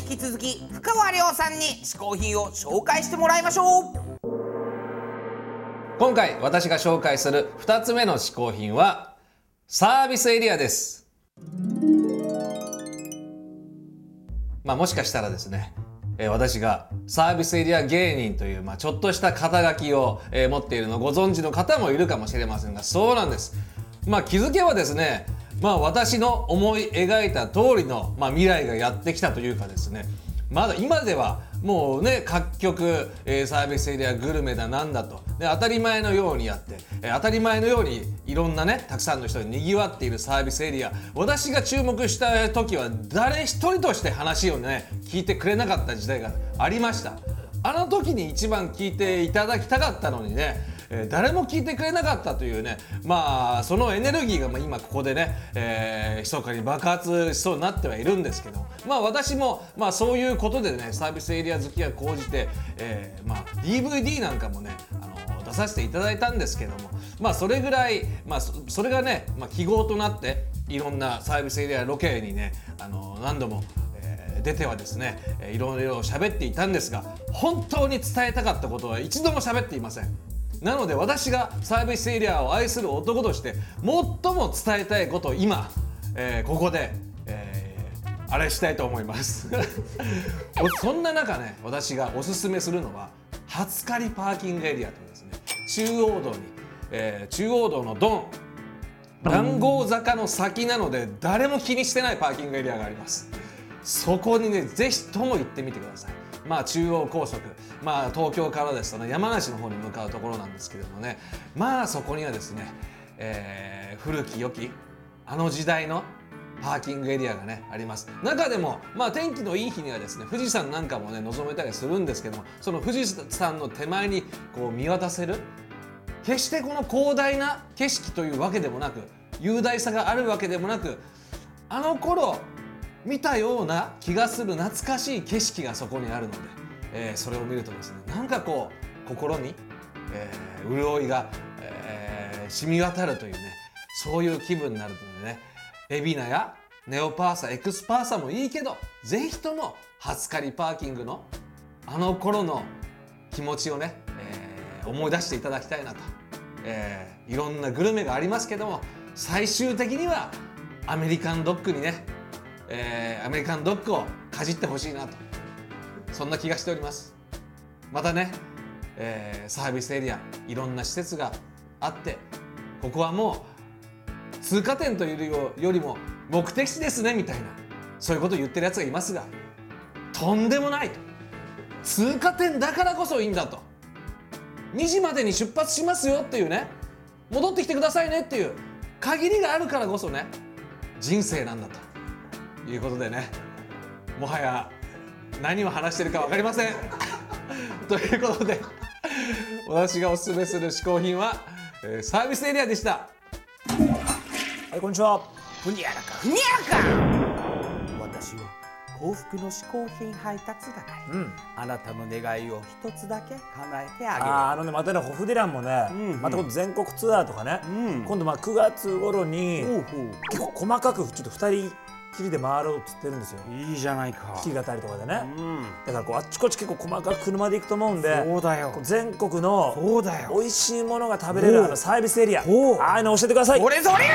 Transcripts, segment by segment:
引き続き深川亮さんに嗜好品を紹介してもらいましょう。 今回私が紹介する2つ目の嗜好品はサービスエリアです。もしかしたらですね、私がサービスエリア芸人という、ちょっとした肩書きを、持っているのをご存知の方もいるかもしれませんが、そうなんです。気づけばですね、私の思い描いた通りの、未来がやってきたというかですね、まだ今ではもうね、各局、サービスエリアグルメだなんだとで当たり前のようにやって、当たり前のようにいろんなね、たくさんの人に賑わっているサービスエリア、私が注目した時は誰一人として話をね聞いてくれなかった時代がありました。あの時に一番聞いていただきたかったのにね、誰も聞いてくれなかったというね、そのエネルギーが今ここでね、密かに爆発しそうになってはいるんですけど、私もそういうことでね、サービスエリア好きが高じて、DVD なんかもね出させていただいたんですけども、それぐらい、それがね、記号となっていろんなサービスエリアロケにね何度も出てはですね、いろいろ喋っていたんですが、本当に伝えたかったことは一度も喋っていません。なので私がサービスエリアを愛する男として最も伝えたいことを今、ここで、あれしたいと思いますそんな中ね、私がおすすめするのは初刈パーキングエリアというですね、中央道に、中央道の談合坂の先なので誰も気にしてないパーキングエリアがあります。そこにね、ぜひとも行ってみてください。中央高速、東京からですとね、山梨の方に向かうところなんですけれどもね、そこにはですね、古き良きあの時代のパーキングエリアがねあります。中でも天気のいい日にはですね、富士山なんかもね望めたりするんですけども、その富士山の手前にこう見渡せる、決してこの広大な景色というわけでもなく、雄大さがあるわけでもなく、あの頃見たような気がする懐かしい景色がそこにあるので、それを見るとですね、なんかこう心に、潤いが、染み渡るというね、そういう気分になるのでね、海老名やネオパーサ、エクスパーサもいいけど、ぜひとも初刈パーキングのあの頃の気持ちをね、思い出していただきたいなと、いろんなグルメがありますけども、最終的にはアメリカンドッグにね、アメリカンドッグをかじってほしいなと、そんな気がしております。またね、サービスエリアいろんな施設があって、ここはもう通過点というよりも目的地ですねみたいな、そういうことを言ってるやつがいますが、とんでもないと。通過点だからこそいいんだと。2時までに出発しますよっていうね、戻ってきてくださいねっていう限りがあるからこそね、人生なんだということでね、もはや何を話してるか分かりませんということで、私がおすすめする嗜好品は、サービスエリアでした。 はい、こんにちは。 ふにゃらかふにゃらか。私は幸福の嗜好品配達係、あなたの願いを一つだけ叶えてあげる。 またね、ホフディランもね、また今度全国ツアーとかね、今度9月頃に結構細かくちょっと2人きりで回ろうっつってるんですよ。 いいじゃないか。 弾き語りとかでね、だからこうあっちこっち結構細かく車で行くと思うんで、 そうだよ、 全国のそうだよ、 美味しいものが食べれるサービスエリア、ああいうの教えてください。 それはだね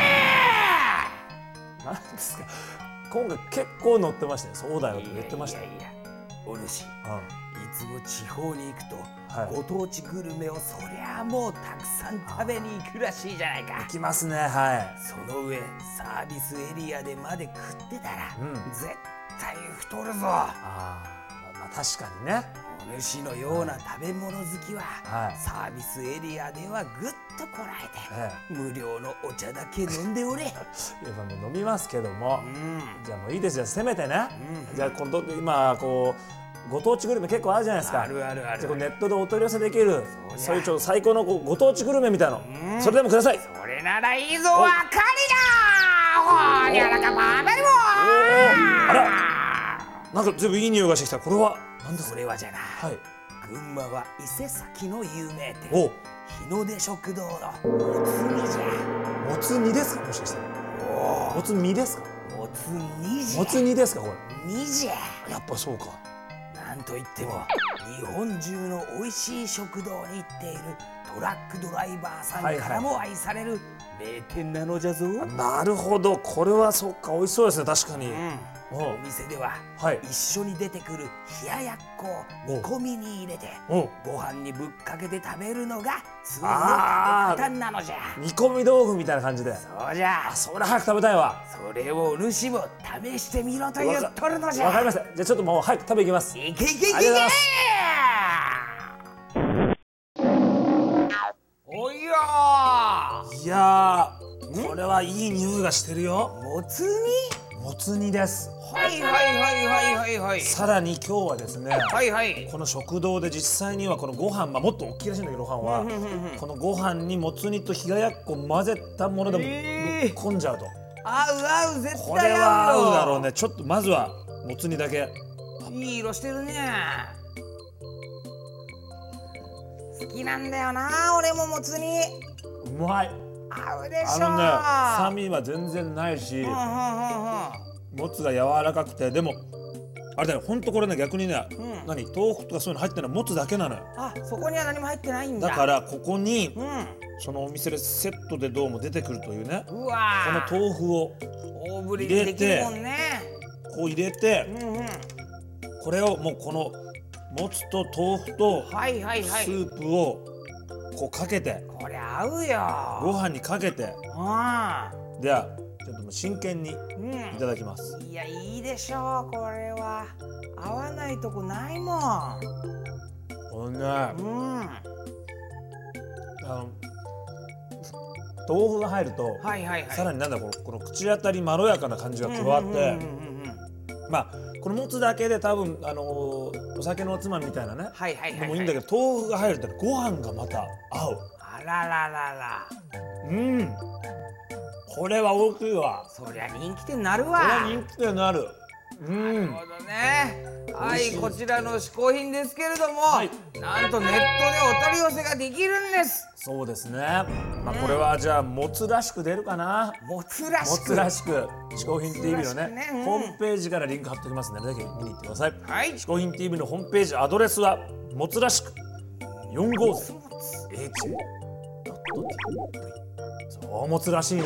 ー。なんですか、今回結構乗ってましたよ。そうだよと言ってましたよ。 お主、いつも地方に行くと、ご当地グルメをそりゃあもうたくさん食べに行くらしいじゃないか。 行きますね。はい。 その上サービスエリアでまで食ってたら、絶対太るぞ。 確かにね。 お主のような食べ物好きは、サービスエリアではぐっとこらえて、無料のお茶だけ飲んでおれ。 いやもう飲みますけども、じゃあもういいですよ、せめてね、じゃあ今度今こうご当地グルメ結構あるじゃないですか。 あるあるある。 じゃあネットでお取り寄せできる、そういう最高のご当地グルメみたいの、それでもください。 それならいいぞ、わかりだ。ほにゃらかバーベルボー。 あら、なんか全部いい匂いがしてきた。これは何ですか。 それはじゃな、群馬は伊勢崎の有名店、日の出食堂のもつ煮じゃ。 もつ煮ですか、もしかして。もつ煮ですか。 もつ煮じゃ。 もつ煮ですかこれ。 煮じゃ。 やっぱそうか。 なんといっても日本中の美味しい食堂に行っているトラックドライバーさんからも愛される名店なのじゃぞ。 なるほど、これはそうか、美味しそうですね、確かに。 お店では、一緒に出てくる冷ややっこを煮込みに入れてご飯にぶっかけて食べるのが通の簡単なのじゃ。 煮込み豆腐みたいな感じで。 そうじゃ。 それ早く食べたいわ。 それをお主も試してみろと言っとるのじゃ。 わかりました。じゃあちょっともう早く食べ行きます。 いけいけいけいけ。おいよー。いやー、これはいい匂いがしてるよ。 もつ煮？ もつ煮です。 はいはいはいはいはいはい。 さらに今日はですね、 はいはい、 この食堂で実際にはこのご飯、もっと大きいらしいんだけど、ご飯はこのご飯にもつ煮と冷ややっこ混ぜたものでもぶっこんじゃうと。 合う絶対合うよ。 これは合うだろうね。ちょっとまずはもつ煮だけ。 いい色してるね。好きなんだよな俺ももつ煮。 うまい。 合うでしょ。 臭みは全然ないし、もつが柔らかくて、でもあれだよ、ほんとこれね、逆にね、豆腐とかそういうの入ってるのはもつだけなのよ。 あ、そこには何も入ってないんだ。 だからここに、そのお店でセットでどうも出てくるというね、この豆腐を入れて、こう入れて、これをもうこのもつと豆腐とスープをこうかけて、 これ合うよ。 ご飯にかけて、ではちょっともう真剣にいただきます。 いや、いいでしょう。これは合わないとこないもん。 これね、豆腐が入ると、さらになんだこの口当たりまろやかな感じが加わって、まあこのもつだけで多分お酒のおつまみみたいなねでもいいんだけど、豆腐が入るとご飯がまた合う。 あらららら。 これは大きいわ。 そりゃ人気店になるわ。 これは人気店になる。 なるほどね。はい、こちらの嗜好品ですけれども、なんとネットでお取り寄せができるんです。 そうですね。まあこれはじゃあもつらしく出るかな。 もつらしく。 もつらしく。嗜好品 TV のね、ホームページからリンク貼っておきますので、ぜひ見に行ってください。嗜好品 TV のホームページアドレスはもつらしく450 h。そう、もつらしいね。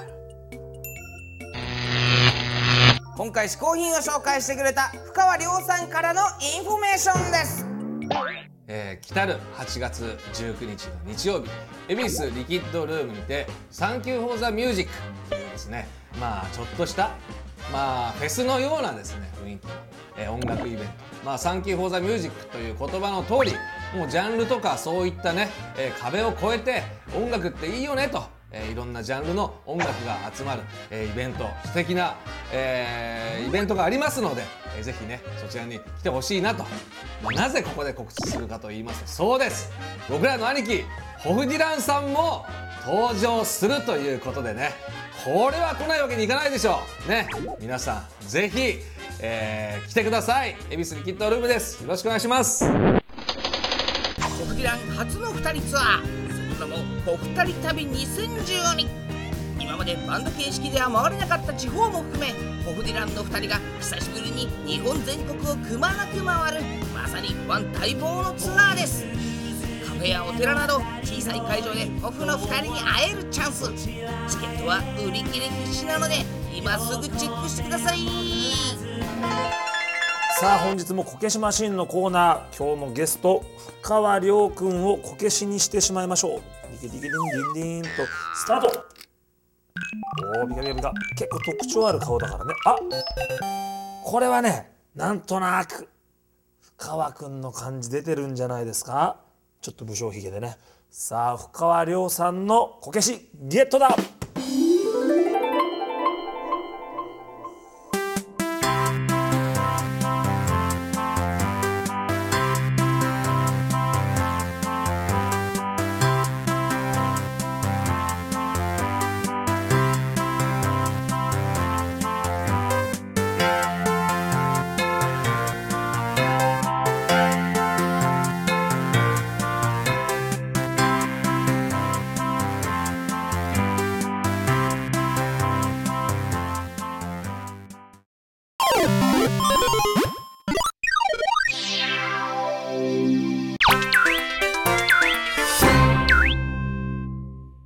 今回嗜好品を紹介してくれた深川亮さんからのインフォメーションです。 来たる8月19日の日曜日、恵比寿リキッドルームにてサンキューフォーザミュージックというですね、まあちょっとしたフェスのようなですね雰囲気の、音楽イベント、サンキューフォーザミュージックという言葉の通り、もうジャンルとかそういったね、壁を越えて音楽っていいよねと、いろんなジャンルの音楽が集まる、イベント、素敵な、イベントがありますので、ぜひねそちらに来てほしいなと。なぜここで告知するかと言いますと、そうです、僕らの兄貴ホフディランさんも登場するということでね、これは来ないわけにいかないでしょうね。皆さんぜひ、来てください。恵比寿リキッドルームです。よろしくお願いします。 ホフディラン初の2人ツアー、その名もホフタリ旅2012。今までバンド形式では回れなかった地方も含め、ホフディランの2人が久しぶりに日本全国をくまなく回る、まさにファン待望のツアーです。カフェやお寺など小さい会場でホフの2人に会えるチャンス。チケットは売り切れ必至なので今すぐチェックしてください。 さあ本日もこけしマシンのコーナー、今日のゲスト深川亮君をこけしにしてしまいましょう。ディケディケディンディンディンとスタート。おー、ビカビカビカ。結構特徴ある顔だからね。あ、これはね、なんとなく深川君の感じ出てるんじゃないですか。ちょっと武将髭でね。さあ深川亮さんのこけしゲットだ。 す。